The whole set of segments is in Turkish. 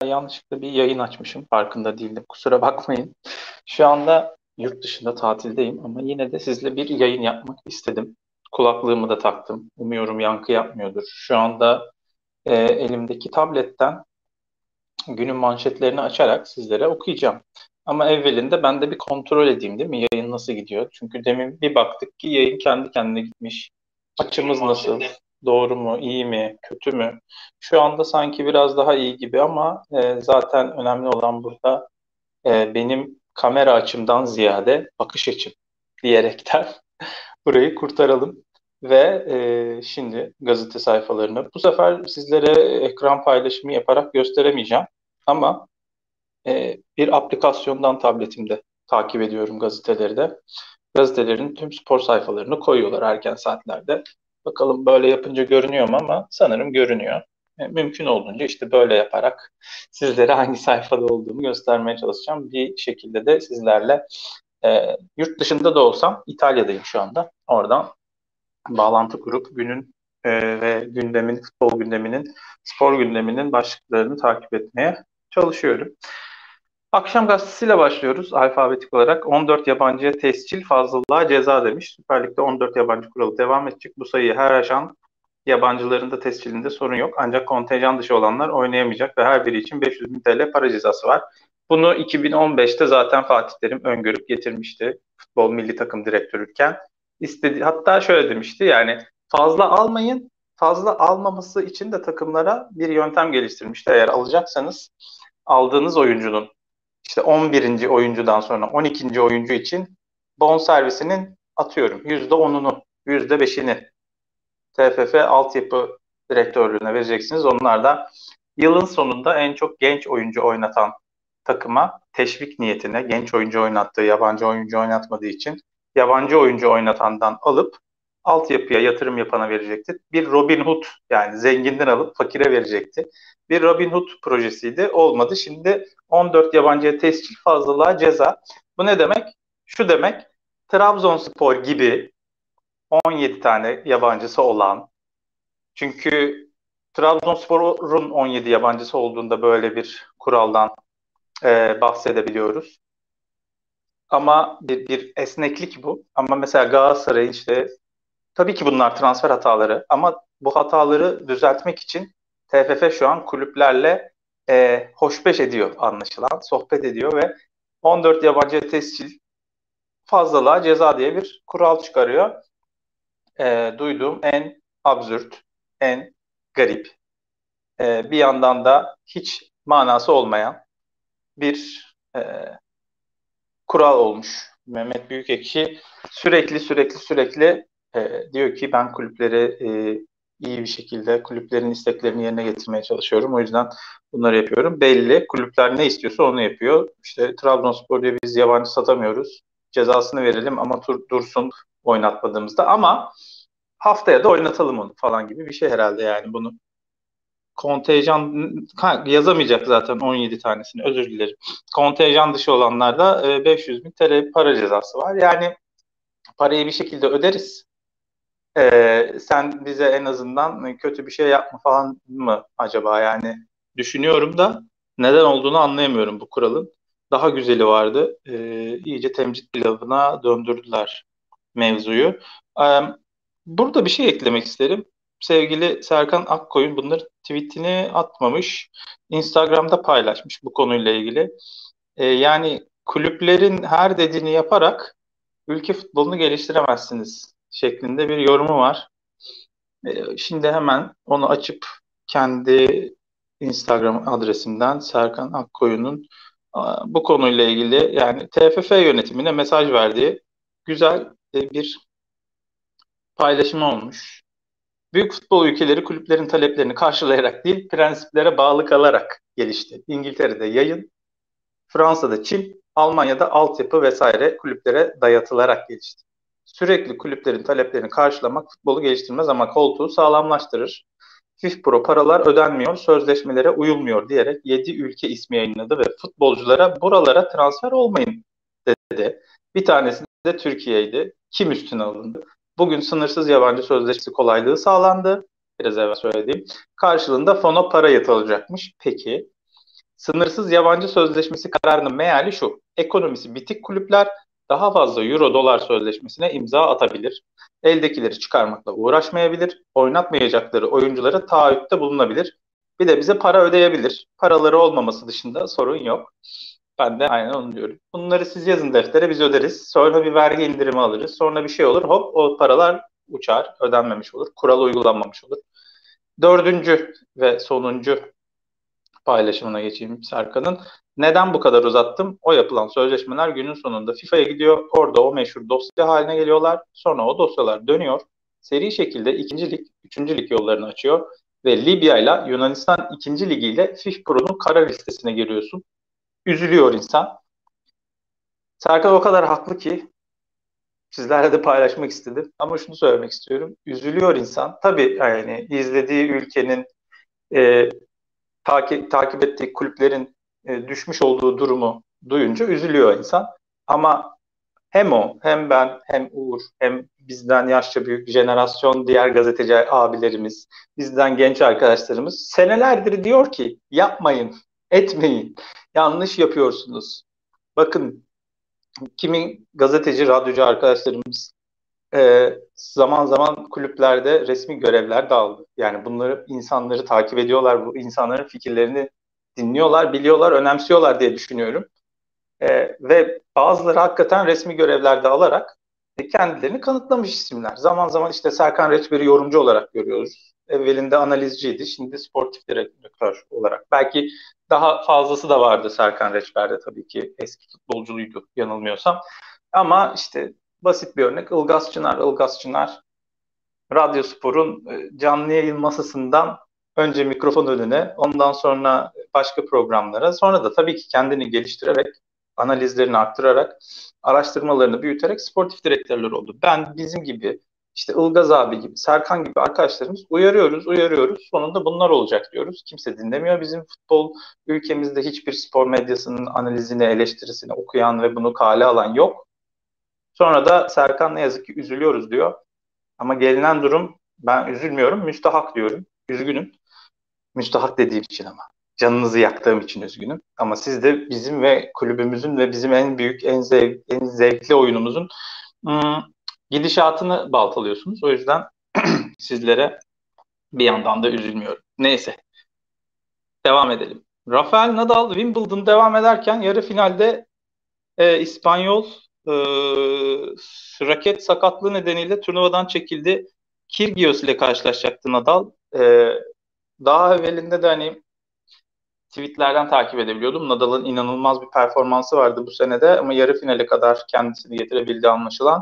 yanlışlıkla bir yayın açmışım. Farkında değildim. Kusura bakmayın. Şu anda yurt dışında tatildeyim ama yine de sizle bir yayın yapmak istedim. Kulaklığımı da taktım. Umuyorum yankı yapmıyordur. Şu anda elimdeki tabletten günün manşetlerini açarak sizlere okuyacağım. Ama evvelinde ben de bir kontrol edeyim değil mi? Yayın nasıl gidiyor? Çünkü demin bir baktık ki yayın kendi kendine gitmiş. Açımız nasıl? Doğru mu? İyi mi? Kötü mü? Şu anda sanki biraz daha iyi gibi ama zaten önemli olan burada benim kamera açımdan ziyade bakış açım diyerekten burayı kurtaralım. Ve şimdi gazete sayfalarını bu sefer sizlere ekran paylaşımı yaparak gösteremeyeceğim. Ama bir aplikasyondan tabletimde takip ediyorum gazeteleri de. Gazetelerin tüm spor sayfalarını koyuyorlar erken saatlerde. Bakalım böyle yapınca görünüyor mu ama sanırım görünüyor. Mümkün olduğunca işte böyle yaparak sizlere hangi sayfada olduğumu göstermeye çalışacağım. Bir şekilde de sizlerle yurt dışında da olsam İtalya'dayım şu anda. Oradan bağlantı kurup günün ve gündemin, futbol gündeminin, spor gündeminin başlıklarını takip etmeye çalışıyorum. Akşam gazetesiyle başlıyoruz alfabetik olarak. 14 yabancıya tescil fazlalığa ceza demiş. Süper Lig'de 14 yabancı kuralı devam edecek. Bu sayıyı her aşan yabancıların da tescilinde sorun yok. Ancak kontenjan dışı olanlar oynayamayacak ve her biri için 500 bin TL para cezası var. Bunu 2015'te zaten Fatih Terim öngörüp getirmişti. Futbol milli takım direktörüyken. Hatta şöyle demişti yani fazla almayın, fazla almaması için de takımlara bir yöntem geliştirmişti. Eğer alacaksanız aldığınız oyuncunun işte 11. oyuncudan sonra 12. oyuncu için bonservisinin atıyorum %10'unu, %5'ini TFF altyapı direktörlüğüne vereceksiniz. Onlar da yılın sonunda en çok genç oyuncu oynatan takıma teşvik niyetine genç oyuncu oynattığı, yabancı oyuncu oynatmadığı için yabancı oyuncu oynatandan alıp altyapıya yatırım yapana verecekti. Bir Robin Hood yani zenginden alıp fakire verecekti. Bir Robin Hood projesiydi. Olmadı. Şimdi 14 yabancıya tescil fazlalığa ceza. Bu ne demek? Şu demek Trabzonspor gibi 17 tane yabancısı olan çünkü Trabzonspor'un 17 yabancısı olduğunda böyle bir kuraldan bahsedebiliyoruz. Ama bir esneklik bu. Ama mesela Galatasaray'ın işte tabii ki bunlar transfer hataları ama bu hataları düzeltmek için TFF şu an kulüplerle hoşbeş ediyor anlaşılan. Sohbet ediyor ve 14 yabancı tescil fazlalığa ceza diye bir kural çıkarıyor. Duyduğum en absürt, en garip, bir yandan da hiç manası olmayan bir kural olmuş. Mehmet Büyükekşi sürekli diyor ki ben kulüpleri iyi bir şekilde kulüplerin isteklerini yerine getirmeye çalışıyorum. O yüzden bunları yapıyorum. Belli. Kulüpler ne istiyorsa onu yapıyor. İşte Trabzonspor diyor biz yabancı satamıyoruz. Cezasını verelim ama dursun oynatmadığımızda. Ama haftaya da oynatalım onu falan gibi bir şey herhalde yani bunu. Kontenjan yazamayacak zaten 17 tanesini özür dilerim. Kontenjan dışı olanlarda 500 bin TL para cezası var. Yani parayı bir şekilde öderiz. Sen bize en azından kötü bir şey yapma falan mı acaba yani düşünüyorum da neden olduğunu anlayamıyorum bu kuralın. Daha güzeli vardı. İyice temcit pilavına döndürdüler mevzuyu. Ee, Burada bir şey eklemek isterim. Sevgili Serkan Akkoyun bunları tweetini atmamış. Instagram'da paylaşmış bu konuyla ilgili. Yani kulüplerin her dediğini yaparak ülke futbolunu geliştiremezsiniz şeklinde bir yorumu var. Şimdi hemen onu açıp kendi Instagram adresimden Serkan Akkoyun'un bu konuyla ilgili yani TFF yönetimine mesaj verdiği güzel bir paylaşım olmuş. Büyük futbol ülkeleri kulüplerin taleplerini karşılayarak değil, prensiplere bağlı kalarak gelişti. İngiltere'de yayın, Fransa'da çim, Almanya'da altyapı vesaire kulüplere dayatılarak gelişti. Sürekli kulüplerin taleplerini karşılamak futbolu geliştirmez ama koltuğu sağlamlaştırır. FIFPro paralar ödenmiyor, sözleşmelere uyulmuyor diyerek 7 ülke ismi yayınladı ve futbolculara buralara transfer olmayın dedi. Bir tanesi de Türkiye'ydi. Kim üstüne alındı? Bugün sınırsız yabancı sözleşmesi kolaylığı sağlandı. Biraz evvel söylediğim. Karşılığında fona para yatılacakmış. Peki Sınırsız yabancı sözleşmesi kararının meali şu: ekonomisi bitik kulüpler daha fazla euro dolar sözleşmesine imza atabilir. Eldekileri çıkarmakla uğraşmayabilir. Oynatmayacakları oyunculara taahhütte bulunabilir. Bir de bize para ödeyebilir. Paraları olmaması dışında sorun yok. Ben de aynen onu diyorum. Bunları siz yazın deftere, biz öderiz. Sonra bir vergi indirimi alırız. Sonra bir şey olur, hop o paralar uçar, ödenmemiş olur. Kural uygulanmamış olur. Dördüncü ve sonuncu paylaşımına geçeyim Serkan'ın. Neden bu kadar uzattım? O yapılan sözleşmeler günün sonunda FIFA'ya gidiyor. Orada o meşhur dosya haline geliyorlar. Sonra o dosyalar dönüyor. Seri şekilde ikinci lig, üçüncü lig yollarını açıyor. Ve Libya ile Yunanistan ikinci ligi ile FIFPro'nun kara listesine giriyorsun. Üzülüyor insan. Serkan o kadar haklı ki sizlerle de paylaşmak istedim. Ama şunu söylemek istiyorum. Üzülüyor insan. Tabii yani izlediği ülkenin e, takip ettiği kulüplerin düşmüş olduğu durumu duyunca üzülüyor insan. Ama hem o, hem ben, hem Uğur, hem bizden yaşça büyük jenerasyon diğer gazeteci abilerimiz, bizden genç arkadaşlarımız senelerdir diyor ki yapmayın, etmeyin, yanlış yapıyorsunuz. Bakın kimi gazeteci, radyocu arkadaşlarımız zaman zaman kulüplerde resmi görevler de aldı. Yani bunları insanları takip ediyorlar, bu insanların fikirlerini dinliyorlar, biliyorlar, önemsiyorlar diye düşünüyorum. Ve bazıları hakikaten resmi görevlerde alarak kendilerini kanıtlamış isimler. Zaman zaman işte Serkan Reçber'i yorumcu olarak görüyoruz. Evvelinde analizciydi, şimdi sportif direktör olarak. Belki daha fazlası da vardı Serkan Reçber'de, tabii ki eski futbolcuydu yanılmıyorsam. Ama işte basit bir örnek Ilgaz Çınar. Ilgaz Çınar Radyospor'un canlı yayın masasından önce mikrofon önüne, ondan sonra başka programlara, sonra da tabii ki kendini geliştirerek, analizlerini arttırarak, araştırmalarını büyüterek sportif direktörler oldu. Ben bizim gibi, işte Ilgaz abi gibi, Serkan gibi arkadaşlarımız uyarıyoruz, uyarıyoruz. Sonunda bunlar olacak diyoruz. Kimse dinlemiyor. Bizim futbol ülkemizde hiçbir spor medyasının analizini, eleştirisini okuyan ve bunu kale alan yok. Sonra da Serkan ne yazık ki üzülüyoruz diyor. Ama gelinen durum, ben üzülmüyorum, müstahak diyorum. Üzgünüm. Müstahak dediğim için ama. Canınızı yaktığım için üzgünüm. Ama siz de bizim ve kulübümüzün ve bizim en büyük, en zevkli oyunumuzun ım, gidişatını baltalıyorsunuz. O yüzden sizlere bir yandan da üzülmüyorum. Neyse, devam edelim. Rafael Nadal Wimbledon devam ederken yarı finalde İspanyol e, raket sakatlığı nedeniyle turnuvadan çekildi. Kyrgios ile karşılaşacaktı Nadal. Daha evvelinde de hani tweetlerden takip edebiliyordum. Nadal'ın inanılmaz bir performansı vardı bu senede ama yarı finale kadar kendisini getirebildiği anlaşılan.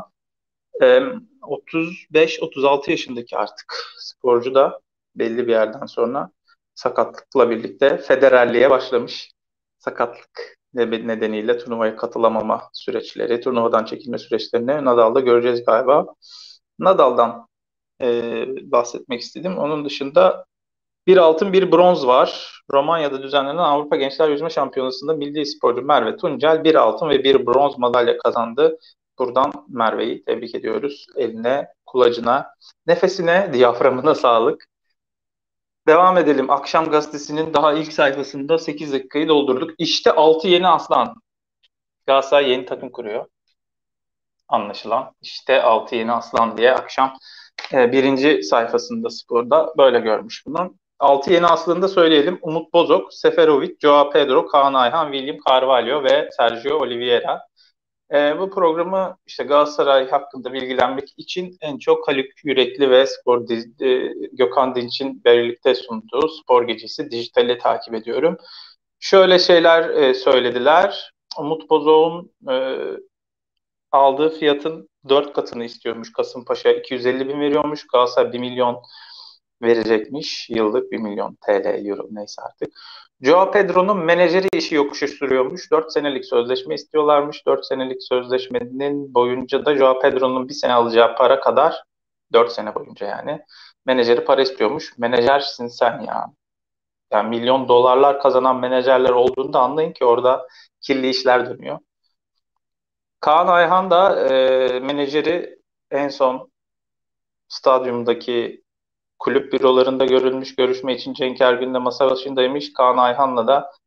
35-36 yaşındaki artık sporcu da belli bir yerden sonra sakatlıkla birlikte federerliğe başlamış. Sakatlık nedeniyle turnuvaya katılamama süreçleri, turnuvadan çekilme süreçlerini Nadal'da göreceğiz galiba. Nadal'dan bahsetmek istedim. Onun dışında bir altın bir bronz var. Romanya'da düzenlenen Avrupa Gençler Yüzme Şampiyonası'nda milli sporcu Merve Tuncel bir altın ve bir bronz madalya kazandı. Buradan Merve'yi tebrik ediyoruz. Eline, kulacına, nefesine, diyaframına sağlık. Devam edelim. Akşam gazetesinin daha ilk sayfasında 8 dakikayı doldurduk. İşte 6 yeni aslan. Galatasaray yeni takım kuruyor. Anlaşılan. İşte 6 yeni aslan diye akşam birinci sayfasında Spor'da böyle görmüş bunu. 6 yeni aslını da söyleyelim. Umut Bozok, Seferovic, Joao Pedro, Kaan Ayhan, William Carvalho ve Sergio Oliveira. Bu programı işte Galatasaray hakkında bilgilenmek için en çok Haluk Yürekli ve Gökhan Dinç'in birlikte sunduğu Spor Gecesi dijitali takip ediyorum. Şöyle şeyler söylediler. Umut Bozok'un aldığı fiyatın 4 katını istiyormuş. Kasımpaşa 250 bin veriyormuş. Galatasaray 1 milyon verecekmiş. Yıllık 1 milyon TL, euro neyse artık. Joao Pedro'nun menajeri işi yokuşu sürüyormuş. 4 senelik sözleşme istiyorlarmış. 4 senelik sözleşmenin boyunca da Joao Pedro'nun bir sene alacağı para kadar, 4 sene boyunca yani, menajeri para istiyormuş. Menajersin sen ya. Yani milyon dolarlar kazanan menajerler olduğunu da anlayın ki orada kirli işler dönüyor. Kaan Ayhan da menajeri en son stadyumdaki kulüp bürolarında görülmüş, görüşme için Cenk Ergün'le masa başındaymış. Kaan Ayhan'la da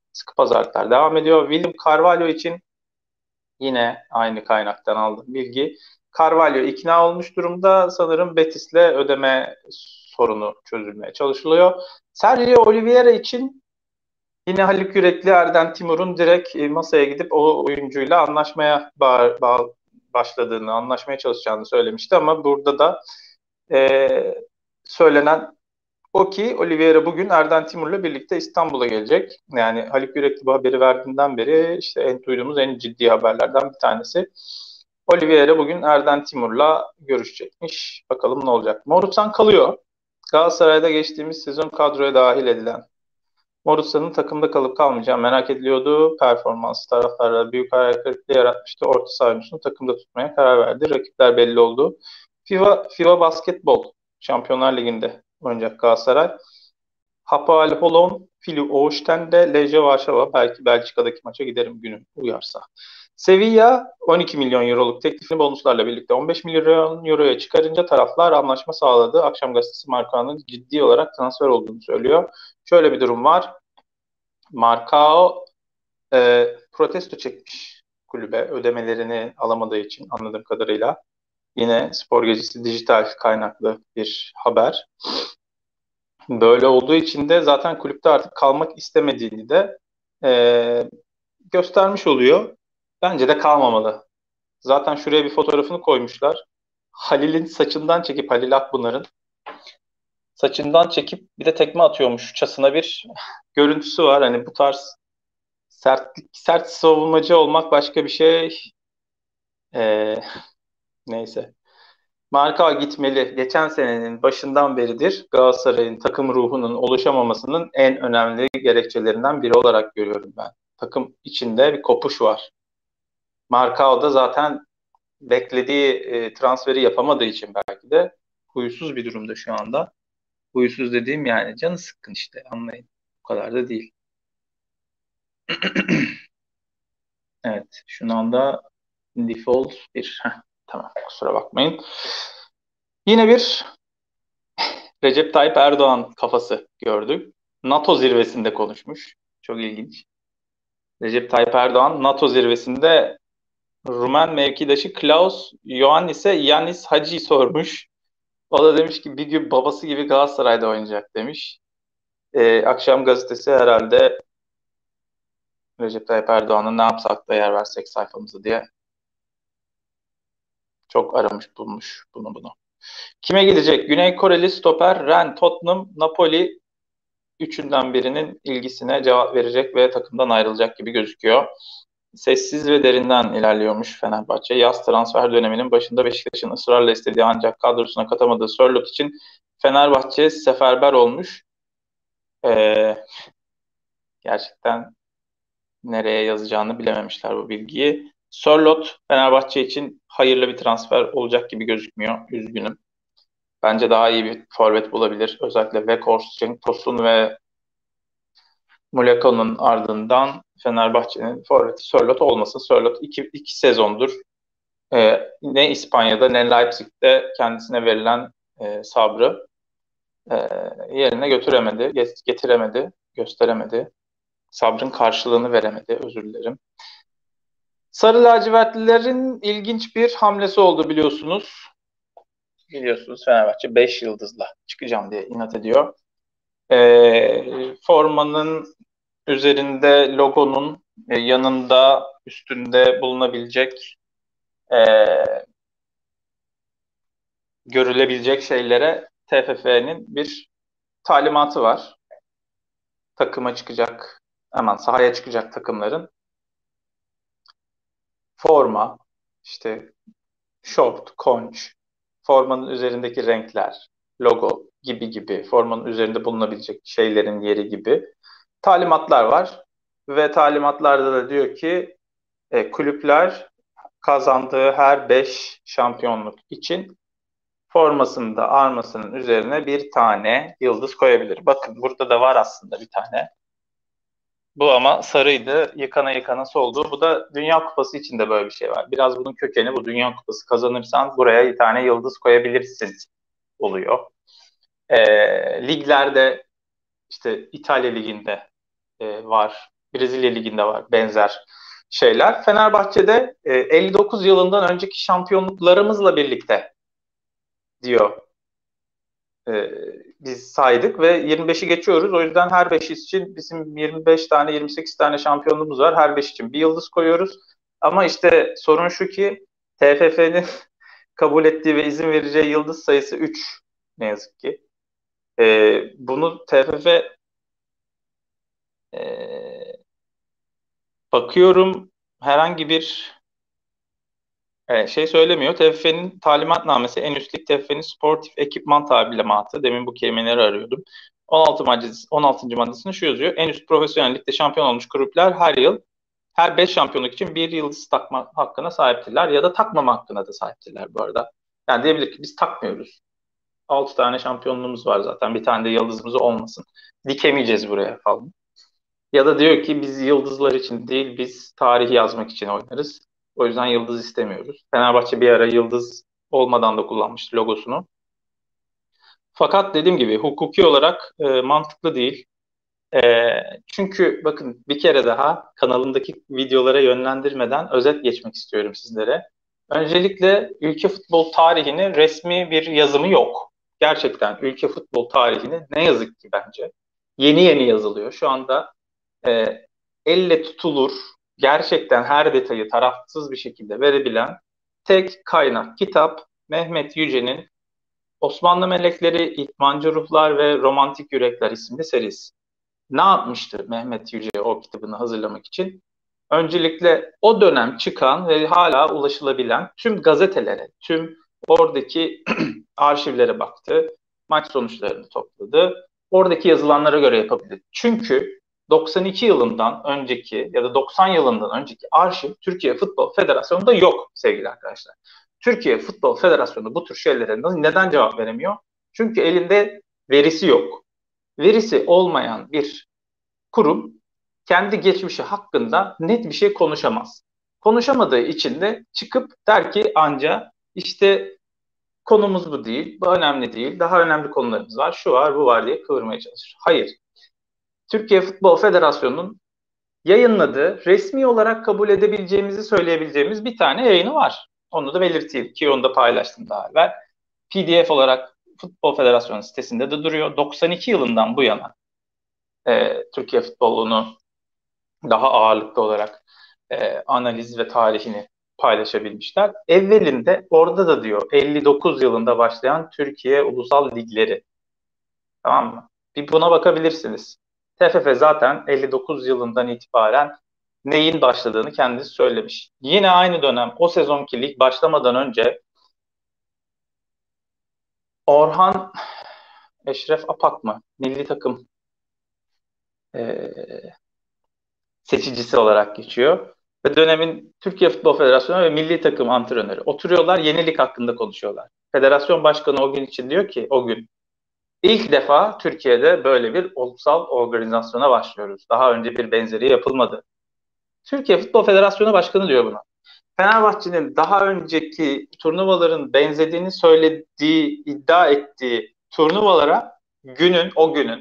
Sıkı pazarlıklar devam ediyor. William Carvalho için yine aynı kaynaktan aldığım bilgi. Carvalho ikna olmuş durumda. Sanırım Betis'le ödeme sorunu çözülmeye çalışılıyor. Sergio Oliveira için yine Haluk Yürekli, Erden Timur'un direkt masaya gidip o oyuncuyla anlaşmaya başladığını, anlaşmaya çalışacağını söylemişti ama burada da e, söylenen o ki Oliveira bugün Erden Timur'la birlikte İstanbul'a gelecek. Yani Haluk Yürekli bu haberi verdiğinden beri işte duyduğumuz en ciddi haberlerden bir tanesi. Oliveira bugün Erden Timur'la görüşecekmiş. Bakalım ne olacak. Morutan kalıyor. Galatasaray'da geçtiğimiz sezon kadroya dahil edilen Morutan'ın takımda kalıp kalmayacağı merak ediliyordu. Performans taraftarlara büyük hayal kırıklığı yaratmıştı. Orta saha oyuncusunu takımda tutmaya karar verdi. Rakipler belli oldu. FIBA Basketbol Şampiyonlar Ligi'nde oynayacak Galatasaray. Hapoel Holon, Fili Oostende, Lejje Varşova. Belki Belçika'daki maça giderim günüm uyarsa. Sevilla 12 milyon euroluk teklifini bonuslarla birlikte 15 milyon euroya çıkarınca taraflar anlaşma sağladı. Akşam gazetesi Marcao'nun ciddi olarak transfer olduğunu söylüyor. Şöyle bir durum var. Marcao protesto çekmiş kulübe ödemelerini alamadığı için anladığım kadarıyla. Yine Spor Gecesi dijital kaynaklı bir haber. Böyle olduğu için de zaten kulüpte artık kalmak istemediğini de e, göstermiş oluyor. Bence de kalmamalı. Zaten şuraya bir fotoğrafını koymuşlar. Halil'in saçından çekip Halil Akbunar'ın saçından çekip bir de tekme atıyormuşçasına bir görüntüsü var. Hani bu tarz sert savunmacı olmak başka bir şey. E, neyse. Marka gitmeli. Geçen senenin başından beridir Galatasaray'ın takım ruhunun oluşamamasının en önemli gerekçelerinden biri olarak görüyorum ben. Takım içinde bir kopuş var. Marka da zaten beklediği transferi yapamadığı için belki de huysuz bir durumda şu anda. Huysuz dediğim yani canı sıkkın işte anlayın. Bu kadar da değil. Evet, şu anda default bir tamam kusura bakmayın. Yine bir Recep Tayyip Erdoğan kafası gördük. NATO zirvesinde konuşmuş. Çok ilginç. Recep Tayyip Erdoğan NATO zirvesinde Rumen mevkidaşı Klaus Ioannis'e Yannis Hacı'yı sormuş. O da demiş ki bir gün babası gibi Galatasaray'da oynayacak demiş. Akşam gazetesi herhalde Recep Tayyip Erdoğan'ı ne yapsak da yer versek sayfamızı diye çok aramış bulmuş bunu. Kime gidecek? Güney Koreli stoper Rennes, Tottenham, Napoli üçünden birinin ilgisine cevap verecek ve takımdan ayrılacak gibi gözüküyor. Sessiz ve derinden ilerliyormuş Fenerbahçe. Yaz transfer döneminin başında Beşiktaş'ın ısrarla istediği ancak kadrosuna katamadığı Sörloth için Fenerbahçe seferber olmuş. Ee, gerçekten nereye yazacağını bilememişler bu bilgiyi. Sörloth Fenerbahçe için hayırlı bir transfer olacak gibi gözükmüyor. Üzgünüm. Bence daha iyi bir forvet bulabilir. Özellikle Weghorst, Cenk Tosun ve Muleka'nın ardından Fenerbahçe'nin forveti Sörloth olmasın. Sörloth iki sezondur ne İspanya'da ne Leipzig'te kendisine verilen sabrı e, yerine götüremedi, getiremedi, gösteremedi. Sabrın karşılığını veremedi, özür dilerim. Sarı lacivertlilerin ilginç bir hamlesi oldu biliyorsunuz. Biliyorsunuz Fenerbahçe 5 yıldızla çıkacağım diye inat ediyor. Formanın üzerinde logonun yanında üstünde bulunabilecek e, görülebilecek şeylere TFF'nin bir talimatı var. Takıma çıkacak, hemen sahaya çıkacak takımların forma, işte şort, konç, formanın üzerindeki renkler, logo gibi formanın üzerinde bulunabilecek şeylerin yeri gibi talimatlar var. Ve talimatlarda da diyor ki kulüpler kazandığı her 5 şampiyonluk için formasında armasının üzerine bir tane yıldız koyabilir. Bakın burada da var aslında bir tane. Bu ama sarıydı. Yıkana yıkana soldu. Bu da Dünya Kupası için de böyle bir şey var. Biraz bunun kökeni bu. Dünya Kupası kazanırsan buraya bir tane yıldız koyabilirsin oluyor. Liglerde işte İtalya Ligi'nde var. Brezilya Ligi'nde var benzer şeyler. Fenerbahçe'de 59 yılından önceki şampiyonluklarımızla birlikte diyor. e, Biz saydık ve 25'i geçiyoruz. O yüzden her 5 için bizim 25 tane 28 tane şampiyonluğumuz var. Her 5 için bir yıldız koyuyoruz. Ama işte sorun şu ki TFF'nin kabul ettiği ve izin vereceği yıldız sayısı 3 ne yazık ki. Bunu TFF bakıyorum herhangi bir şey söylemiyor. TFF'nin talimatnamesi en üst lig TFF'nin sportif ekipman talimatı. Demin bu kelimeleri arıyordum. 16. maddesinde şu yazıyor. En üst profesyonel ligde şampiyon olmuş kulüpler her yıl her 5 şampiyonluk için bir yıldız takma hakkına sahiptirler ya da takmama hakkına da sahiptirler bu arada. Yani diyebilir ki biz takmıyoruz. 6 tane şampiyonluğumuz var zaten. Bir tane de yıldızımız olmasın. Dikemeyeceğiz buraya falan. Ya da diyor ki biz yıldızlar için değil, biz tarihi yazmak için oynarız. O yüzden yıldız istemiyoruz. Fenerbahçe bir ara yıldız olmadan da kullanmıştı logosunu. Fakat dediğim gibi hukuki olarak mantıklı değil. E, Çünkü bakın bir kere daha kanalımdaki videolara yönlendirmeden özet geçmek istiyorum sizlere. Öncelikle ülke futbol tarihinin resmi bir yazımı yok. Gerçekten ülke futbol tarihini ne yazık ki bence yeni yeni yazılıyor. Şu anda e, elle tutulur, gerçekten her detayı tarafsız bir şekilde verebilen tek kaynak kitap Mehmet Yüce'nin Osmanlı Melekleri, İtmancı Ruhlar ve Romantik Yürekler isimli serisi. Ne yapmıştı Mehmet Yüce o kitabını hazırlamak için? Öncelikle o dönem çıkan ve hala ulaşılabilen tüm gazetelere, tüm oradaki arşivlere baktı, maç sonuçlarını topladı. Oradaki yazılanlara göre yapabildi. Çünkü 92 yılından önceki ya da 90 yılından önceki arşiv Türkiye Futbol Federasyonu'nda yok sevgili arkadaşlar. Türkiye Futbol Federasyonu bu tür şeylere neden cevap veremiyor? Çünkü elinde verisi yok. Verisi olmayan bir kurum kendi geçmişi hakkında net bir şey konuşamaz. Konuşamadığı için de çıkıp der ki anca işte konumuz bu değil, bu önemli değil, daha önemli konularımız var, şu var, bu var diye kıvırmaya çalışır. Hayır. Türkiye Futbol Federasyonu'nun yayınladığı, resmi olarak kabul edebileceğimizi söyleyebileceğimiz bir tane yayını var. Onu da belirteyim ki onu da paylaştım daha evvel. PDF olarak Futbol Federasyonu sitesinde de duruyor. 92 yılından bu yana Türkiye futbolunu daha ağırlıklı olarak analiz ve tarihini paylaşabilmişler. Evvelinde orada da diyor 59 yılında başlayan Türkiye Ulusal Ligleri. Tamam mı? Bir buna bakabilirsiniz. TFF zaten 59 yılından itibaren neyin başladığını kendisi söylemiş. Yine aynı dönem o sezonki lig başlamadan önce Orhan Eşref Apak mı? Milli takım e, seçicisi olarak geçiyor. Ve dönemin Türkiye Futbol Federasyonu ve milli takım antrenörü. Oturuyorlar, yenilik hakkında konuşuyorlar. Federasyon başkanı o gün için diyor ki, o gün ilk defa Türkiye'de böyle bir ulusal organizasyona başlıyoruz. Daha önce bir benzeri yapılmadı. Türkiye Futbol Federasyonu Başkanı diyor buna. Fenerbahçe'nin daha önceki turnuvaların benzediğini söylediği, iddia ettiği turnuvalara o günün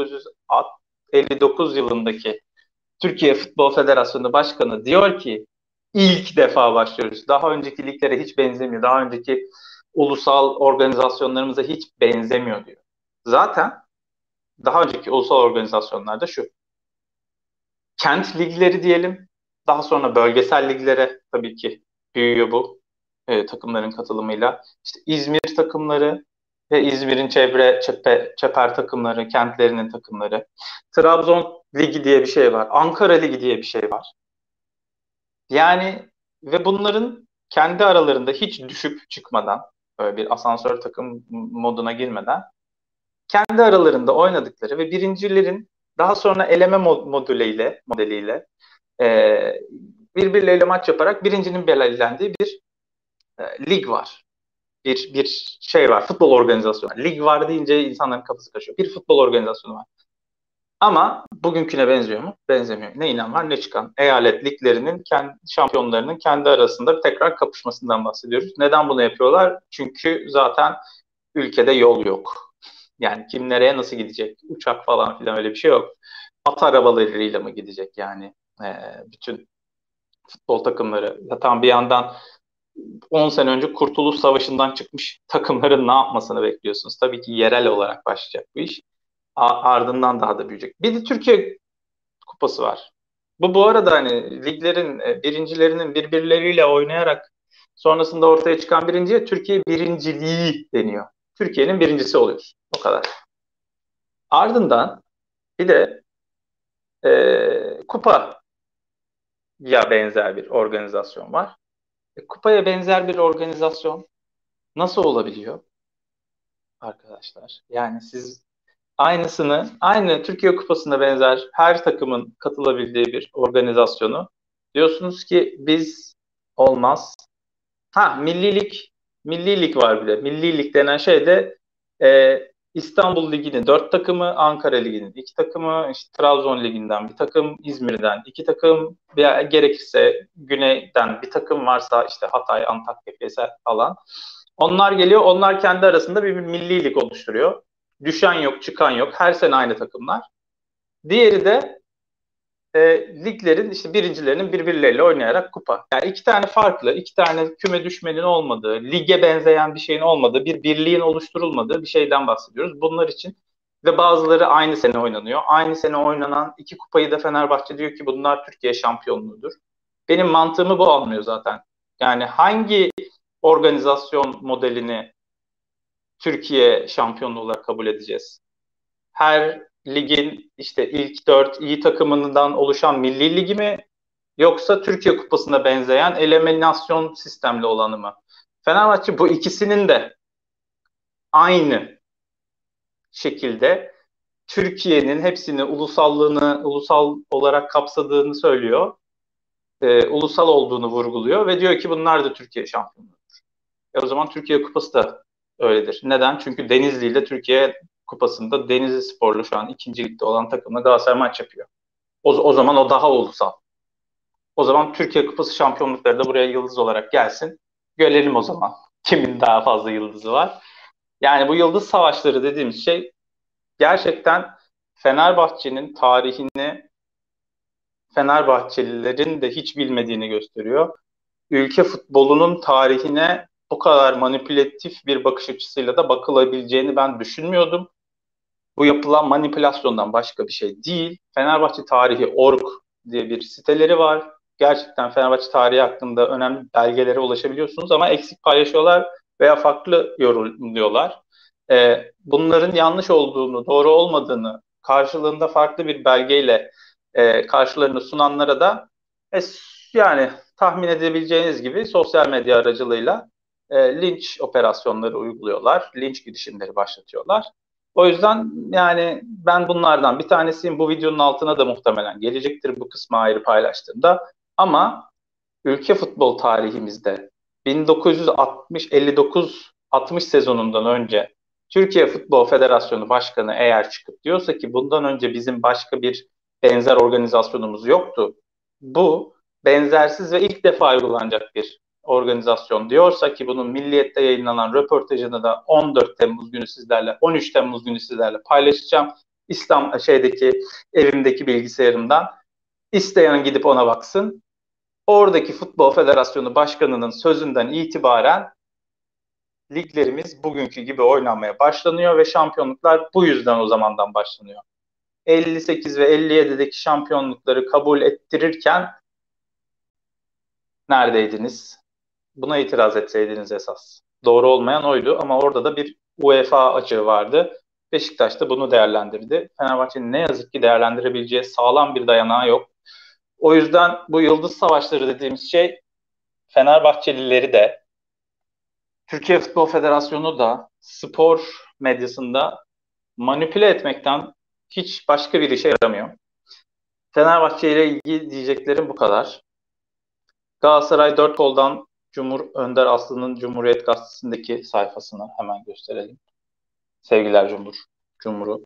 1959 yılındaki Türkiye Futbol Federasyonu Başkanı diyor ki ilk defa başlıyoruz. Daha önceki liglere hiç benzemiyor. Daha önceki ulusal organizasyonlarımıza hiç benzemiyor diyor. Zaten daha önceki ulusal organizasyonlarda şu. Kent ligleri diyelim. Daha sonra bölgesel liglere tabii ki büyüyor bu takımların katılımıyla. İşte İzmir takımları ve İzmir'in çeper takımları, kentlerinin takımları. Trabzon Ligi diye bir şey var. Ankara Ligi diye bir şey var. Yani ve bunların kendi aralarında hiç düşüp çıkmadan, böyle bir asansör takım moduna girmeden kendi aralarında oynadıkları ve birincilerin daha sonra eleme modeliyle e, birbirleriyle maç yaparak birincinin belirlendiği bir lig var. Bir şey var, futbol organizasyonu. Lig var deyince insanların kafası karışıyor. Bir futbol organizasyonu var. Ama bugünküne benziyor mu? Benzemiyor. Ne inen var ne çıkan. Eyalet liglerinin kendi şampiyonlarının kendi arasında tekrar kapışmasından bahsediyoruz. Neden bunu yapıyorlar? Çünkü zaten ülkede yol yok. Yani kim nereye nasıl gidecek? Uçak falan filan öyle bir şey yok. at arabalarıyla mı gidecek yani bütün futbol takımları? Ya tam bir yandan 10 sene önce Kurtuluş Savaşı'ndan çıkmış takımların ne yapmasını bekliyorsunuz? Tabii ki yerel olarak başlayacak bu iş. Ardından daha da büyüyecek. Bir de Türkiye Kupası var. Bu arada hani liglerin birincilerinin birbirleriyle oynayarak sonrasında ortaya çıkan birinciye Türkiye birinciliği deniyor. Türkiye'nin birincisi oluyor. O kadar. Ardından bir de kupaya benzer bir organizasyon var. Kupaya benzer bir organizasyon nasıl olabiliyor arkadaşlar? Yani siz aynı Türkiye Kupası'na benzer her takımın katılabildiği bir organizasyonu diyorsunuz ki biz olmaz. Milli lig var bile. Milli lig denen şey de İstanbul Ligi'nin 4 takımı, Ankara Ligi'nin 2 takımı, işte Trabzon Ligi'nden bir takım, İzmir'den 2 takım, veya gerekirse Güney'den bir takım varsa işte Hatay, Antakya, Fesel falan. Onlar geliyor, onlar kendi arasında bir milli lig oluşturuyor. Düşen yok, çıkan yok. Her sene aynı takımlar. Diğeri de liglerin işte birincilerinin birbirleriyle oynayarak kupa. Yani iki tane farklı, iki tane küme düşmenin olmadığı, lige benzeyen bir şeyin olmadığı, bir birliğin oluşturulmadığı bir şeyden bahsediyoruz. Bunlar için ve bazıları aynı sene oynanıyor. Aynı sene oynanan iki kupayı da Fenerbahçe diyor ki bunlar Türkiye şampiyonluğudur. Benim mantığımı bu almıyor zaten. Yani hangi organizasyon modelini Türkiye şampiyonluğu olarak kabul edeceğiz? Her ligin işte ilk dört iyi takımından oluşan milli ligi mi, yoksa Türkiye Kupası'na benzeyen eliminasyon sistemli olanı mı? Fenerbahçe bu ikisinin de aynı şekilde Türkiye'nin hepsini ulusal olarak kapsadığını söylüyor. Ulusal olduğunu vurguluyor ve diyor ki bunlar da Türkiye şampiyonu. O zaman Türkiye Kupası da öyledir. Neden? Çünkü Denizli ile Türkiye Kupası'nda Denizli Sporlu şu an ikinci ligde olan takımla Galatasaray maç yapıyor. O zaman o daha ulusal. O zaman Türkiye Kupası şampiyonlukları da buraya yıldız olarak gelsin. Görelim o zaman kimin daha fazla yıldızı var. Yani bu yıldız savaşları dediğimiz şey gerçekten Fenerbahçe'nin tarihini Fenerbahçelilerin de hiç bilmediğini gösteriyor. Ülke futbolunun tarihine bu kadar manipülatif bir bakış açısıyla da bakılabileceğini ben düşünmüyordum. Bu yapılan manipülasyondan başka bir şey değil. Fenerbahçe Tarihi.org diye bir siteleri var. Gerçekten Fenerbahçe tarihi hakkında önemli belgelere ulaşabiliyorsunuz ama eksik paylaşıyorlar veya farklı yorumluyorlar. Bunların yanlış olduğunu, doğru olmadığını karşılığında farklı bir belgeyle karşılarını sunanlara da yani tahmin edebileceğiniz gibi sosyal medya aracılığıyla linç operasyonları uyguluyorlar. Linç girişimleri başlatıyorlar. O yüzden yani ben bunlardan bir tanesiyim. Bu videonun altına da muhtemelen gelecektir bu kısmı ayrı paylaştığımda. Ama ülke futbol tarihimizde 1960-59-60 sezonundan önce Türkiye Futbol Federasyonu Başkanı eğer çıkıp diyorsa ki bundan önce bizim başka bir benzer organizasyonumuz yoktu. Bu benzersiz ve ilk defa uygulanacak bir organizasyon diyorsa ki bunun Milliyet'te yayınlanan röportajını da 14 Temmuz günü sizlerle, 13 Temmuz günü sizlerle paylaşacağım. Evimdeki bilgisayarımdan. İsteyen gidip ona baksın. Oradaki Futbol Federasyonu Başkanı'nın sözünden itibaren liglerimiz bugünkü gibi oynanmaya başlanıyor ve şampiyonluklar bu yüzden o zamandan başlanıyor. 58 ve 57'deki şampiyonlukları kabul ettirirken neredeydiniz? Buna itiraz etseydiniz esas. Doğru olmayan oydu ama orada da bir UEFA açığı vardı. Beşiktaş da bunu değerlendirdi. Fenerbahçe'nin ne yazık ki değerlendirebileceği sağlam bir dayanağı yok. O yüzden bu yıldız savaşları dediğimiz şey Fenerbahçelileri de Türkiye Futbol Federasyonu da spor medyasında manipüle etmekten hiç başka bir işe yaramıyor. Fenerbahçe ile ilgili diyeceklerim bu kadar. Galatasaray 4 goldan Önder Aslı'nın Cumhuriyet Gazetesi'ndeki sayfasını hemen gösterelim. Sevgiler Cumhur'u.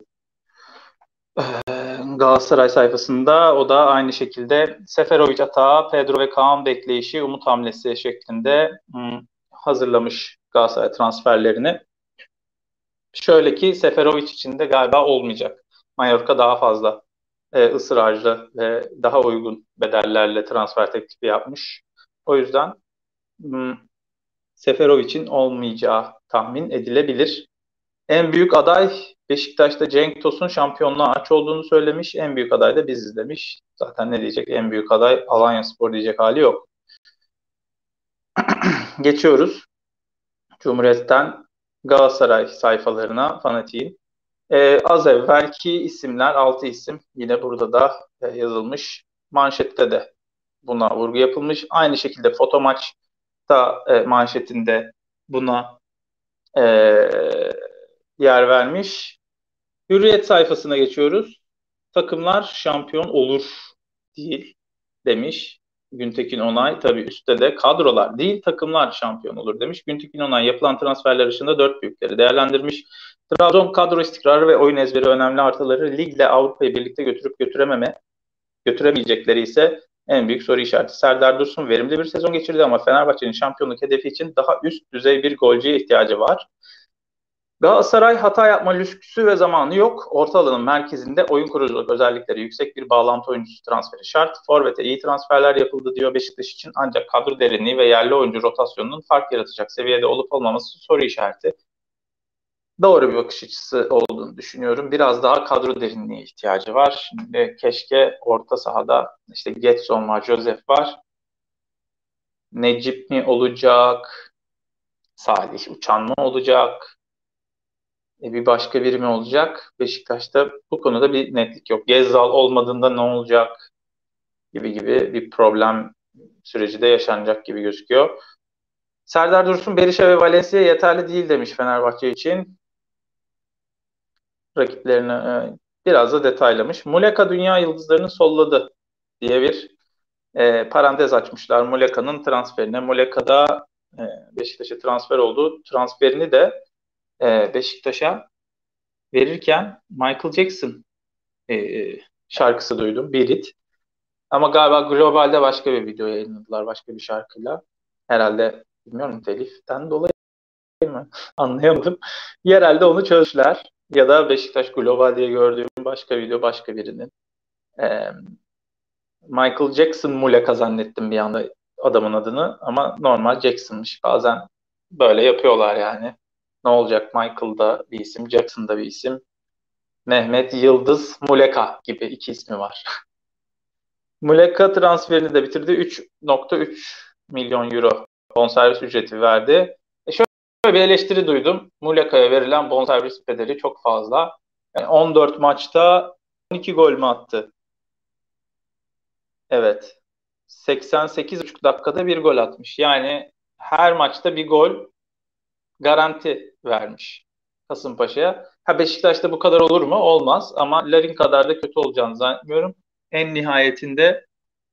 Galatasaray sayfasında o da aynı şekilde Seferovic atağı, Pedro ve Kaan bekleyişi, umut hamlesi şeklinde hazırlamış Galatasaray transferlerini. Şöyle ki Seferovic için de galiba olmayacak. Mallorca daha fazla ısrarcı ve daha uygun bedellerle transfer teklifi yapmış. O yüzden Seferovic'in olmayacağı tahmin edilebilir. En büyük aday Beşiktaş'ta Cenk Tosun şampiyonluğa aç olduğunu söylemiş. En büyük aday da biziz demiş. Zaten ne diyecek? En büyük aday Alanyaspor diyecek hali yok. Geçiyoruz. Cumhuriyet'ten Galatasaray sayfalarına fanatiğin. Az evvelki isimler 6 isim yine burada da yazılmış. Manşette de buna vurgu yapılmış. Aynı şekilde Fotomaç'ta manşetinde buna e, yer vermiş. Hürriyet sayfasına geçiyoruz. Takımlar şampiyon olur değil demiş Güntekin Onay. Tabii üstte de kadrolar değil takımlar şampiyon olur demiş. Güntekin Onay yapılan transferler dışında dört büyükleri değerlendirmiş. Trabzon kadro istikrarı ve oyun ezberi önemli artıları, ligle Avrupa'yı birlikte götürüp götüremeyecekleri ise en büyük soru işareti. Serdar Dursun verimli bir sezon geçirdi ama Fenerbahçe'nin şampiyonluk hedefi için daha üst düzey bir golcüye ihtiyacı var. Galatasaray hata yapma lüksü ve zamanı yok. Orta alanın merkezinde oyun kuruculuk özellikleri yüksek bir bağlantı oyuncusu transferi şart. Forvet'e iyi transferler yapıldı diyor Beşiktaş için, ancak kadro derinliği ve yerli oyuncu rotasyonunun fark yaratacak seviyede olup olmaması soru işareti. Doğru bir bakış açısı olduğunu düşünüyorum. Biraz daha kadro derinliğe ihtiyacı var. Şimdi keşke orta sahada işte Getson var, Josef var. Necip mi olacak? Salih Uçan mı olacak? Bir başka biri mi olacak? Beşiktaş'ta bu konuda bir netlik yok. Gezzal olmadığında ne olacak gibi bir problem süreci de yaşanacak gibi gözüküyor. Serdar Dursun, Berisha ve Valencia yeterli değil demiş Fenerbahçe için. Rakiplerini biraz da detaylamış. Muleka dünya yıldızlarını solladı diye bir parantez açmışlar Muleka'nın transferine. Muleka'da Beşiktaş'a transfer oldu. Transferini de Beşiktaş'a verirken Michael Jackson şarkısı duydum. Beat It. Ama galiba globalde başka bir video yayınladılar. Başka bir şarkıyla. Herhalde bilmiyorum teliften dolayı mı? Anlayamadım. Yerelde onu çözmüşler. Ya da Beşiktaş Global diye gördüğüm başka video başka birinin. Ee, Michael Jackson Muleka zannettim bir anda adamın adını. Ama normal Jackson'mış. Bazen böyle yapıyorlar yani. Ne olacak, Michael'da bir isim, Jackson'da bir isim. Mehmet Yıldız Muleka gibi iki ismi var. Muleka transferini de bitirdi. 3,3 milyon euro bonservis ücreti verdi. Şöyle bir eleştiri duydum. Muleka'ya verilen bonservis bedeli çok fazla. Yani 14 maçta 12 gol mü attı? Evet. 88,5 dakikada bir gol atmış. Yani her maçta bir gol garanti vermiş Kasımpaşa'ya. Ha, Beşiktaş'ta bu kadar olur mu? Olmaz. Ama Larin kadar da kötü olacağını zannetmiyorum. En nihayetinde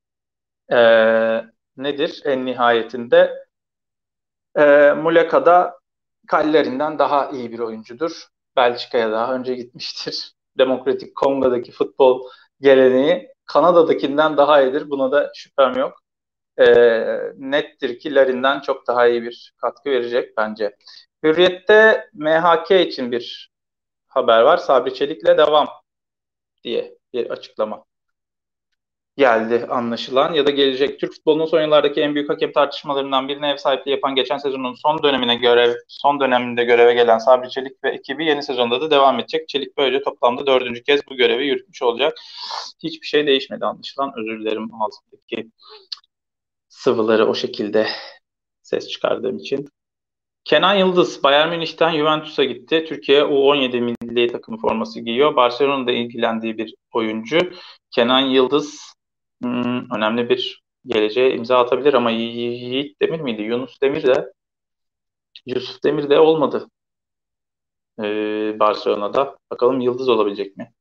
nedir? En nihayetinde Muleka'da Cagliari'nden daha iyi bir oyuncudur. Belçika'ya daha önce gitmiştir. Demokratik Kongo'daki futbol geleneği Kanada'dakinden daha iyidir. Buna da şüphem yok. Nettir ki Larin'den çok daha iyi bir katkı verecek bence. Hürriyet'te MHK için bir haber var. Sabri Çelik'le devam diye bir açıklama geldi anlaşılan ya da gelecek. Türk futbolunun son yıllardaki en büyük hakem tartışmalarından birine ev sahipliği yapan geçen sezonun son döneminde göreve gelen Sabri Çelik ve ekibi yeni sezonda da devam edecek. Çelik böylece toplamda dördüncü kez bu görevi yürütmüş olacak. Hiçbir şey değişmedi anlaşılan. Özür dilerim ağzımdaki sıvıları o şekilde ses çıkardığım için. Kenan Yıldız Bayern Münih'ten Juventus'a gitti. Türkiye U17 milli takımı forması giyiyor. Barcelona'da ilgilendiği bir oyuncu. Kenan Yıldız önemli bir geleceğe imza atabilir ama Yiğit Demir miydi? Yusuf Demir de olmadı Barcelona'da. Bakalım Yıldız olabilecek mi?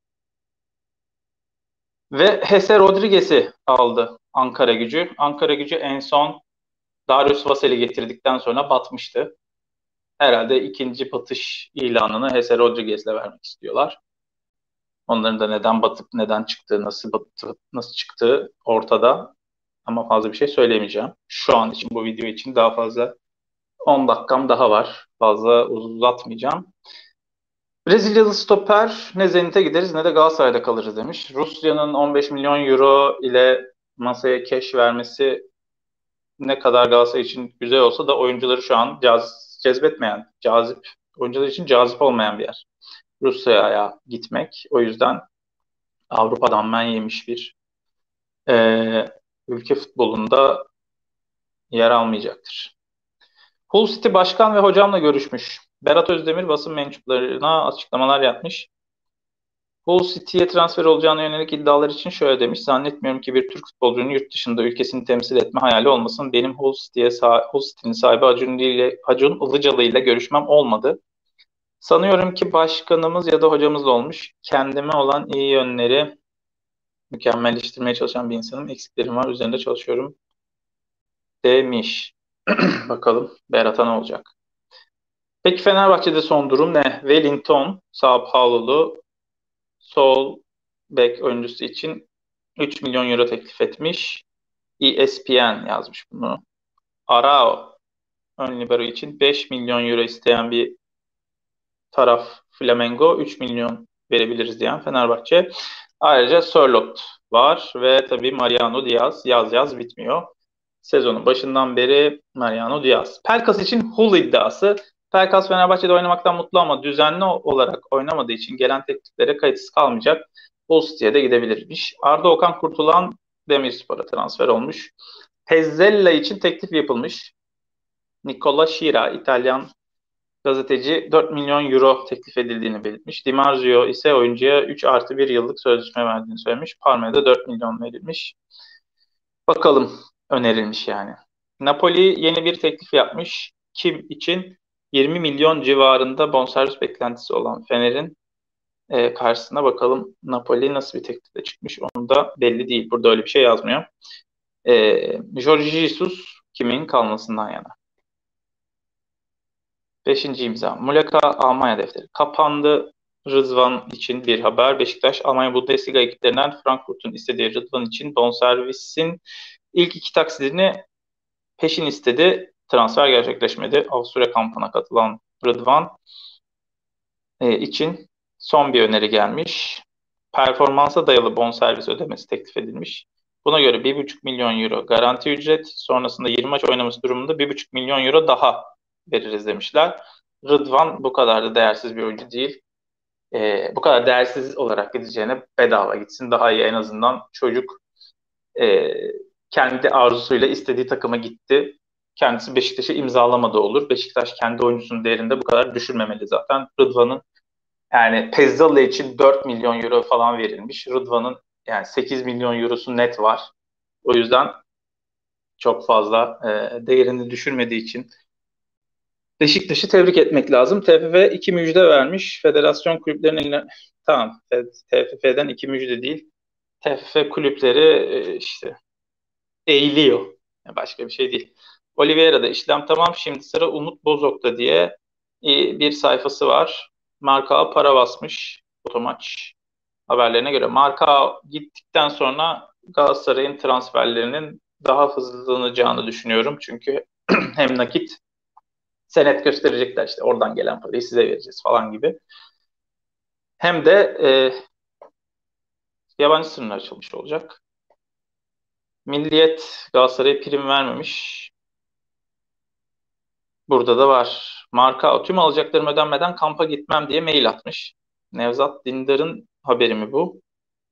Ve Jose Rodriguez'i aldı Ankara Gücü. Ankara Gücü en son Darius Vassell'i getirdikten sonra batmıştı. Herhalde ikinci batış ilanını Jose Rodriguez'le vermek istiyorlar. Onların da neden batıp neden çıktığı, nasıl çıktığı ortada. Ama fazla bir şey söyleyemeyeceğim. Şu an için, bu video için daha fazla 10 dakikam daha var. Fazla uzatmayacağım. Brezilyalı stoper ne Zenit'e gideriz ne de Galatasaray'da kalırız demiş. Rusya'nın 15 milyon euro ile masaya cash vermesi ne kadar Galatasaray için güzel olsa da oyuncuları şu an cezbetmeyen, oyuncular için cazip olmayan bir yer. Rusya'ya gitmek. O yüzden Avrupa'dan men yemiş bir ülke futbolunda yer almayacaktır. Hull City Başkan ve hocamla görüşmüş. Berat Özdemir basın mensuplarına açıklamalar yapmış. Hull City'ye transfer olacağına yönelik iddialar için şöyle demiş. Zannetmiyorum ki bir Türk futbolcunun yurt dışında ülkesini temsil etme hayali olmasın. Benim Hull City'nin sahibi Acun Ilıcalı ile görüşmem olmadı. Sanıyorum ki başkanımız ya da hocamız da olmuş. Kendime olan iyi yönleri mükemmelleştirmeye çalışan bir insanım. Eksiklerim var, üzerinde çalışıyorum demiş. Bakalım Berat'a ne olacak? Peki Fenerbahçe'de son durum ne? Wellington, Sao Paulo'lu sol bek oyuncusu için 3 milyon euro teklif etmiş. ESPN yazmış bunu. Arao ön libero için 5 milyon euro isteyen bir taraf Flamengo, 3 milyon verebiliriz diyen Fenerbahçe. Ayrıca Sörloth var ve tabii Mariano Diaz yaz yaz bitmiyor. Sezonun başından beri Mariano Diaz. Pelkas için Hull iddiası. Pelkas Fenerbahçe'de oynamaktan mutlu ama düzenli olarak oynamadığı için gelen tekliflere kayıtsız kalmayacak. Hull City'ye de gidebilirmiş. Arda Okan Kurtulan Demirspor'a transfer olmuş. Pezzella için teklif yapılmış. Nicola Schira, İtalyan gazeteci 4 milyon euro teklif edildiğini belirtmiş. Di Marzio ise oyuncuya 3 artı 1 yıllık sözleşme verdiğini söylemiş. Parma'ya da 4 milyon verilmiş. Bakalım önerilmiş yani. Napoli yeni bir teklif yapmış. Kim için? 20 milyon civarında bonservis beklentisi olan Fener'in karşısına bakalım Napoli nasıl bir teklifle çıkmış onu da belli değil. Burada öyle bir şey yazmıyor. Jorge Jesus kimin kalmasından yana? Beşinci imza. Muleka Almanya defteri. Kapandı. Rıdvan için bir haber. Beşiktaş Almanya Bundesliga ekiplerinden Frankfurt'un istediği Rıdvan için bonservisin ilk iki taksidini peşin istedi. Transfer gerçekleşmedi. Avusturya kampına katılan Rıdvan için son bir öneri gelmiş. Performansa dayalı bonservis ödemesi teklif edilmiş. Buna göre 1,5 milyon euro garanti ücret, sonrasında 20 maç oynaması durumunda 1,5 milyon euro daha veririz demişler. Rıdvan bu kadar da değersiz bir oyuncu değil. Bu kadar değersiz olarak gideceğine bedava gitsin daha iyi. En azından çocuk e, kendi arzusuyla istediği takıma gitti. Kendisi Beşiktaş'a imzalamadı olur. Beşiktaş kendi oyuncusunun değerinde bu kadar düşürmemeli zaten. Rıdvan'ın yani Pezzella için 4 milyon euro falan verilmiş. Rıdvan'ın yani 8 milyon eurosu net var. O yüzden çok fazla değerini düşürmediği için Beşiktaş'ı tebrik etmek lazım. TFF 2 müjde vermiş. Federasyon kulüplerinin eline tamam TFF'den 2 müjde değil. TFF kulüpleri işte eğiliyor. Başka bir şey değil. Oliveira'da işlem tamam. Şimdi sıra Umut Bozok'ta diye bir sayfası var. Marka para basmış. Otomaç haberlerine göre. Marka gittikten sonra Galatasaray'ın transferlerinin daha hızlanacağını düşünüyorum. Çünkü hem nakit senet gösterecekler işte oradan gelen parayı size vereceğiz falan gibi. Hem de yabancı sınırlar açılmış olacak. Milliyet Galatasaray'a prim vermemiş. Burada da var. Marka tüm alacaklarım ödenmeden kampa gitmem diye mail atmış. Nevzat Dindar'ın haberi mi bu?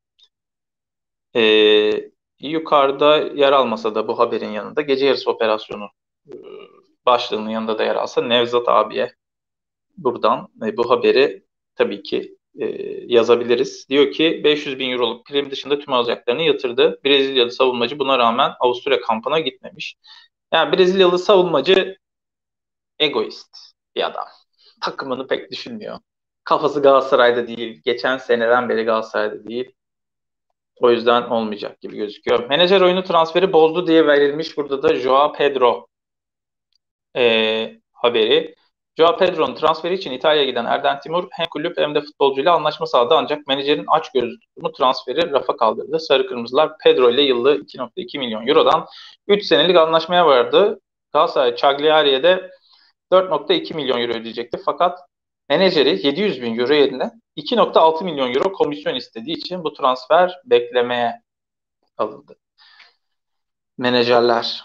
Yukarıda yer almasa da bu haberin yanında gece yarısı operasyonu e, başlığının yanında da yer alsa Nevzat abiye buradan bu haberi tabii ki yazabiliriz. Diyor ki 500 bin euroluk prim dışında tüm alacaklarını yatırdı. Brezilyalı savunmacı buna rağmen Avusturya kampına gitmemiş. Yani Brezilyalı savunmacı egoist bir adam. Takımını pek düşünmüyor. Kafası Galatasaray'da değil. Geçen seneden beri Galatasaray'da değil. O yüzden olmayacak gibi gözüküyor. Menajer oyunu transferi bozdu diye verilmiş. Burada da Joao Pedro haberi. Joao Pedro'nun transferi için İtalya'ya giden Erden Timur hem kulüp hem de futbolcuyla anlaşma sağladı ancak menajerin açgözlü tutumu transferi rafa kaldırdı. Sarı Kırmızılar Pedro ile yıllık 2,2 milyon eurodan 3 senelik anlaşmaya vardı. Galatasaray Cagliari'ye de 4,2 milyon euro ödeyecekti fakat Menajeri 700 bin euro yerine 2,6 milyon euro komisyon istediği için bu transfer beklemeye alındı. Menajerler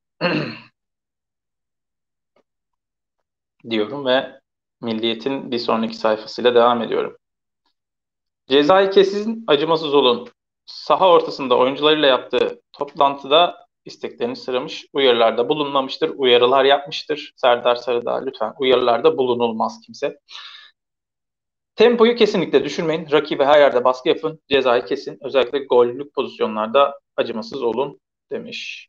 diyorum ve Milliyet'in bir sonraki sayfasıyla devam ediyorum. Cezayı kesin, acımasız olun. Saha ortasında oyuncularıyla yaptığı toplantıda isteklerini sıramış, uyarılarda bulunmamıştır, uyarılar yapmıştır. Serdar Sarıdağ lütfen uyarılarda bulunulmaz kimse. Tempoyu kesinlikle düşürmeyin. Rakibe her yerde baskı yapın. Cezayı kesin. Özellikle gollük pozisyonlarda acımasız olun demiş.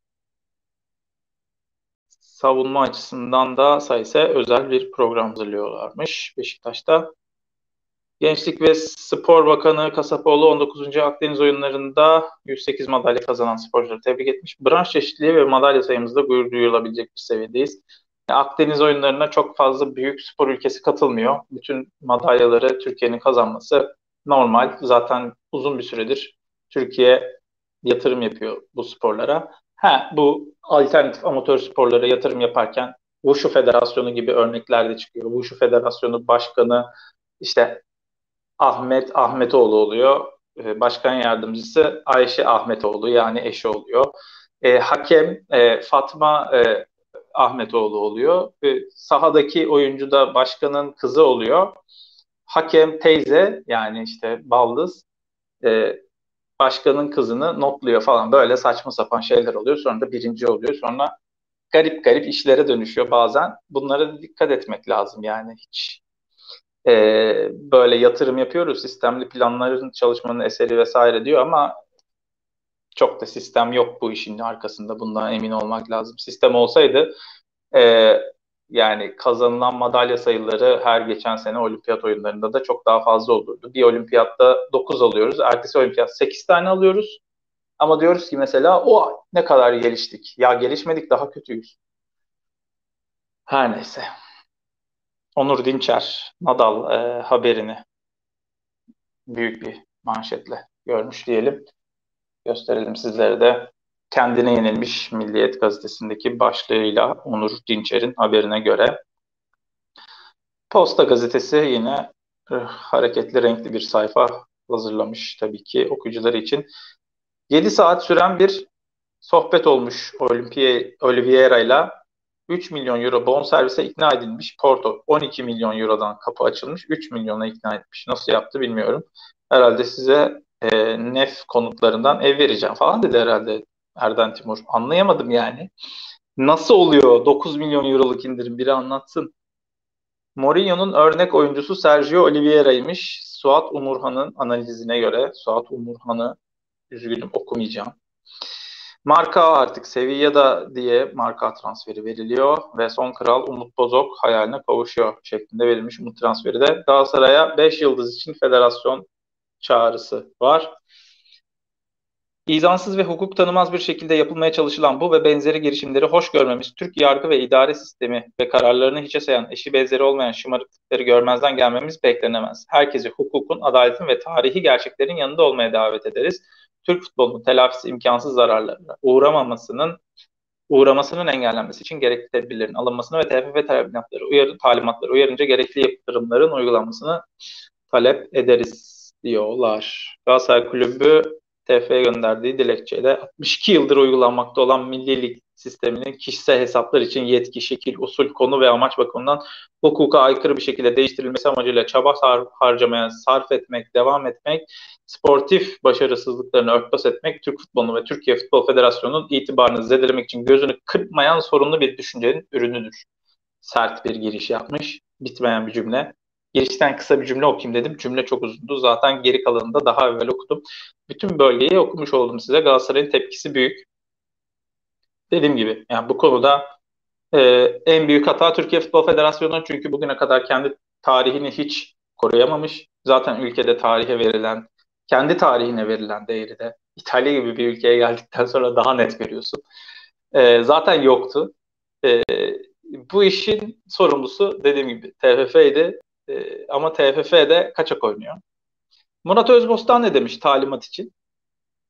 Savunma açısından da ise özel bir program hazırlıyorlarmış Beşiktaş'ta. Gençlik ve Spor Bakanı Kasapoğlu 19. Akdeniz oyunlarında 108 madalya kazanan sporcuları tebrik etmiş. Branş çeşitliliği ve madalya sayımızda gurur duyulabilecek bir seviyedeyiz. Akdeniz oyunlarına çok fazla büyük spor ülkesi katılmıyor. Bütün madalyaları Türkiye'nin kazanması normal. Zaten uzun bir süredir Türkiye yatırım yapıyor bu sporlara. Bu alternatif amatör sporlara yatırım yaparken Wushu Federasyonu gibi örnekler de çıkıyor. Wushu Federasyonu Başkanı işte Ahmet Ahmetoğlu oluyor. Başkan yardımcısı Ayşe Ahmetoğlu yani eşi oluyor. Hakem Fatma Ahmetoğlu oluyor. Sahadaki oyuncu da başkanın kızı oluyor. Hakem teyze yani işte baldız başkanın kızını notluyor falan. Böyle saçma sapan şeyler oluyor. Sonra da birinci oluyor. Sonra garip garip işlere dönüşüyor bazen. Bunlara da dikkat etmek lazım yani hiç böyle yatırım yapıyoruz, sistemli planların çalışmanın eseri vesaire diyor ama çok da sistem yok bu işin arkasında. Bundan emin olmak lazım. Sistem olsaydı e, yani kazanılan madalya sayıları her geçen sene olimpiyat oyunlarında da çok daha fazla olurdu. Bir olimpiyatta 9 alıyoruz, ertesi olimpiyat 8 tane alıyoruz. Ama diyoruz ki mesela o ne kadar geliştik. Ya gelişmedik, daha kötüyüz. Her neyse. Onur Dinçer, Nadal haberini büyük bir manşetle görmüş diyelim. Gösterelim sizlere de. Kendine yenilmiş Milliyet gazetesindeki başlığıyla Onur Dinçer'in haberine göre. Posta gazetesi yine hareketli renkli bir sayfa hazırlamış tabii ki okuyucuları için. 7 saat süren bir sohbet olmuş Oliveira ile 3 milyon euro bonservise ikna edilmiş. Porto 12 milyon eurodan kapı açılmış. 3 milyona ikna etmiş. Nasıl yaptı bilmiyorum. Herhalde size nef konutlarından ev vereceğim falan dedi herhalde Erden Timur. Anlayamadım yani. Nasıl oluyor 9 milyon euroluk indirim, biri anlatsın. Mourinho'nun örnek oyuncusu Sergio Oliveira'ymış. Suat Umurhan'ın analizine göre, Suat Umurhan'ı üzgünüm okumayacağım. Marka artık Sevilla'da diye marka transferi veriliyor ve son kral Umut Bozok hayaline kavuşuyor şeklinde verilmiş Umut transferi de. Galatasaray'a 5 yıldız için federasyon çağrısı var. İzansız ve hukuk tanımaz bir şekilde yapılmaya çalışılan bu ve benzeri girişimleri hoş görmemiz, Türk yargı ve idare sistemi ve kararlarını hiçe sayan, eşi benzeri olmayan şımarıklıkları görmezden gelmemiz beklenemez. Herkesi hukukun, adaletin ve tarihi gerçeklerin yanında olmaya davet ederiz. Türk futbolunun telafisi imkansız zararlarına uğramasının engellenmesi için gerekli tedbirlerin alınmasını ve TFF talimatları uyarınca gerekli yaptırımların uygulanmasını talep ederiz diyorlar. Galatasaray Kulübü TFF'ye gönderdiği dilekçede 62 yıldır uygulanmakta olan Milli Lig sisteminin kişisel hesaplar için yetki, şekil, usul, konu ve amaç bakımından hukuka aykırı bir şekilde değiştirilmesi amacıyla çaba harcamaya sarf etmek, devam etmek, sportif başarısızlıklarını örtbas etmek, Türk futbolunu ve Türkiye Futbol Federasyonu'nun itibarını zedelemek için gözünü kırpmayan sorunlu bir düşüncenin ürünüdür. Sert bir giriş yapmış. Bitmeyen bir cümle. Girişten kısa bir cümle okuyayım dedim. Cümle çok uzundu. Zaten geri kalanını da daha evvel okudum. Bütün bölgeyi okumuş oldum size. Galatasaray'ın tepkisi büyük. Dediğim gibi yani bu konuda e, en büyük hata Türkiye Futbol Federasyonu, çünkü bugüne kadar kendi tarihini hiç koruyamamış. Zaten ülkede kendi tarihine verilen değeri de İtalya gibi bir ülkeye geldikten sonra daha net görüyorsun. Zaten yoktu. E, Bu işin sorumlusu dediğim gibi TFF'ydi. Ama TFF de kaçak oynuyor. Murat Özbostan ne demiş talimat için?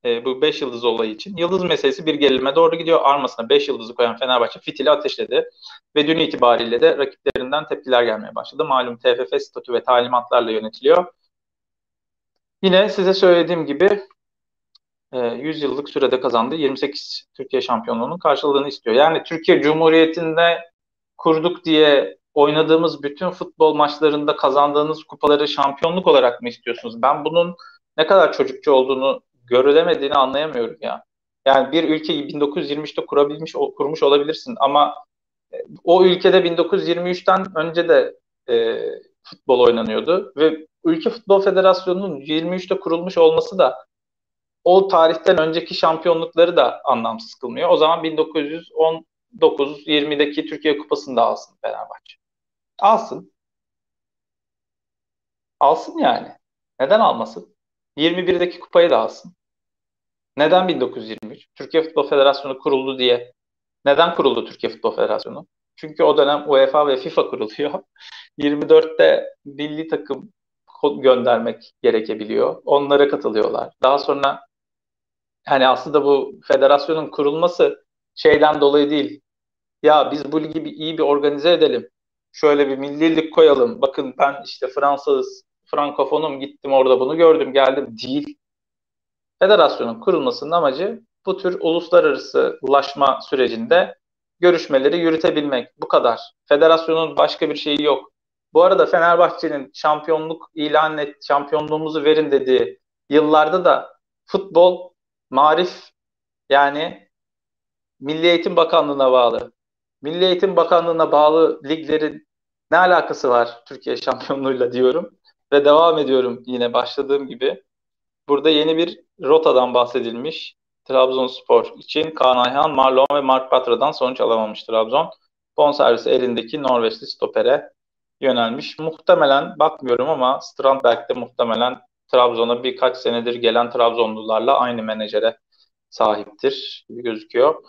bu 5 yıldız olayı için. Yıldız meselesi bir gerilime doğru gidiyor. Armasına 5 yıldızı koyan Fenerbahçe fitili ateşledi. Ve dün itibariyle de rakiplerinden tepkiler gelmeye başladı. Malum TFF statü ve talimatlarla yönetiliyor. Yine size söylediğim gibi 100 yıllık sürede kazandığı 28 Türkiye şampiyonluğunun karşılığını istiyor. Yani Türkiye Cumhuriyeti'nde kurduk diye oynadığımız bütün futbol maçlarında kazandığınız kupaları şampiyonluk olarak mı istiyorsunuz? Ben bunun ne kadar çocukça olduğunu görülemediğini anlayamıyorum ya. Yani bir ülkeyi 1923'te kurmuş olabilirsin ama o ülkede 1923'ten önce de futbol oynanıyordu ve Ülke Futbol Federasyonu'nun 23'te kurulmuş olması da o tarihten önceki şampiyonlukları da anlamsız kılmıyor. O zaman 1919-20'deki Türkiye Kupası'nı da alsın Fenerbahçe. Alsın. Alsın yani. Neden almasın? 21'deki kupayı da alsın. Neden 1923? Türkiye Futbol Federasyonu kuruldu diye. Neden kuruldu Türkiye Futbol Federasyonu? Çünkü o dönem UEFA ve FIFA kuruluyor. 24'te milli takım göndermek gerekebiliyor. Onlara katılıyorlar. Daha sonra yani aslında bu federasyonun kurulması şeyden dolayı değil. Ya biz bu ligi iyi bir organize edelim. Şöyle bir millilik koyalım. Bakın ben işte Fransız, Frankofonum gittim orada bunu gördüm geldim değil. Federasyonun kurulmasının amacı bu tür uluslararası ulaşma sürecinde görüşmeleri yürütebilmek. Bu kadar. Federasyonun başka bir şeyi yok. Bu arada Fenerbahçe'nin şampiyonluk ilan et, şampiyonluğumuzu verin dediği yıllarda da futbol, marif yani Milli Eğitim Bakanlığı'na bağlı. Milli Eğitim Bakanlığı'na bağlı liglerin ne alakası var Türkiye şampiyonluğuyla diyorum. Ve devam ediyorum yine başladığım gibi. Burada yeni bir rotadan bahsedilmiş. Trabzonspor için Kaan Ayhan, Marlon ve Mark Batra'dan sonuç alamamış Trabzon. Bonservisi elindeki Norveçli stopere yönelmiş. Muhtemelen bakmıyorum ama Strandberg de muhtemelen Trabzon'a birkaç senedir gelen Trabzonlularla aynı menajere sahiptir gibi gözüküyor.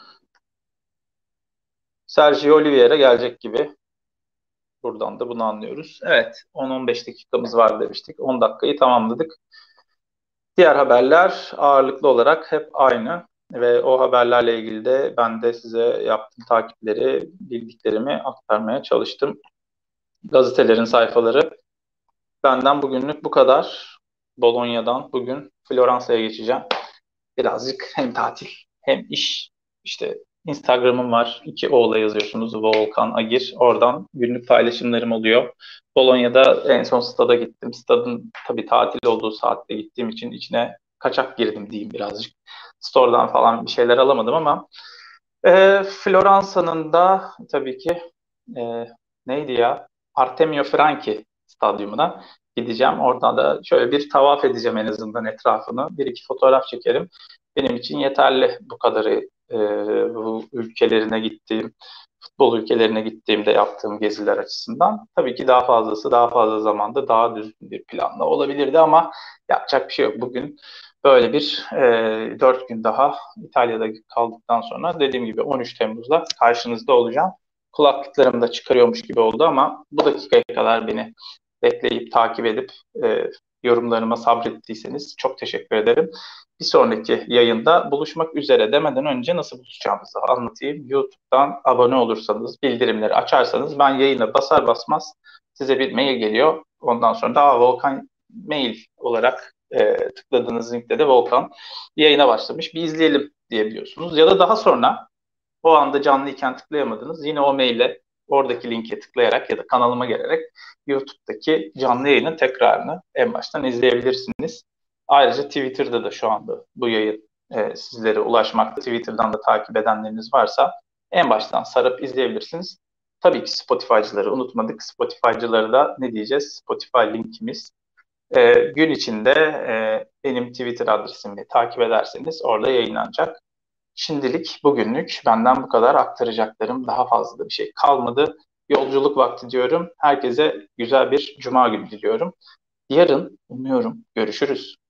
Sergio Oliveira gelecek gibi. Buradan da bunu anlıyoruz. Evet, 10-15 dakikamız var demiştik. 10 dakikayı tamamladık. Diğer haberler ağırlıklı olarak hep aynı ve o haberlerle ilgili de ben de size yaptığım takipleri, bildiklerimi aktarmaya çalıştım. Gazetelerin sayfaları. Benden bugünlük bu kadar. Bolonya'dan bugün Floransa'ya geçeceğim. Birazcık hem tatil hem iş. İşte Instagram'ım var. 2 O'la yazıyorsunuz. Volkan Agir. Oradan günlük paylaşımlarım oluyor. Bolonya'da en son stada gittim. Stadın tabii tatil olduğu saatte gittiğim için içine kaçak girdim diyeyim birazcık. Store'dan falan bir şeyler alamadım ama Floransa'nın da tabii ki e, neydi ya? Artemio Franchi stadyumuna gideceğim. Oradan da şöyle bir tavaf edeceğim en azından etrafını. Bir iki fotoğraf çekerim. Benim için yeterli bu kadarı bu ülkelerine gittiğim, futbol ülkelerine gittiğimde yaptığım geziler açısından. Tabii ki daha fazlası, daha fazla zamanda, daha düzgün bir planla olabilirdi ama yapacak bir şey yok. Bugün böyle bir 4 gün daha İtalya'da kaldıktan sonra dediğim gibi 13 Temmuz'da karşınızda olacağım. Kulaklıklarımı da çıkarıyormuş gibi oldu ama bu dakikaya kadar beni bekleyip takip edip yorumlarıma sabrettiyseniz çok teşekkür ederim. Bir sonraki yayında buluşmak üzere demeden önce nasıl buluşacağımızı anlatayım. YouTube'dan abone olursanız, bildirimleri açarsanız ben yayına basar basmaz size bir mail geliyor. Ondan sonra da Volkan mail olarak tıkladığınız linkte de Volkan yayına başlamış. Bir izleyelim diyebiliyorsunuz. Ya da daha sonra o anda canlıyken tıklayamadınız. Yine o maille oradaki linke tıklayarak ya da kanalıma gelerek YouTube'daki canlı yayının tekrarını en baştan izleyebilirsiniz. Ayrıca Twitter'da da şu anda bu yayın sizlere ulaşmakta. Twitter'dan da takip edenleriniz varsa en baştan sarıp izleyebilirsiniz. Tabii ki Spotify'cıları unutmadık. Spotify'cıları da ne diyeceğiz? Spotify linkimiz gün içinde benim Twitter adresimi takip ederseniz orada yayınlanacak. Şimdilik bugünlük benden bu kadar aktaracaklarım. Daha fazla da bir şey kalmadı. Yolculuk vakti diyorum. Herkese güzel bir cuma günü diliyorum. Yarın umuyorum görüşürüz.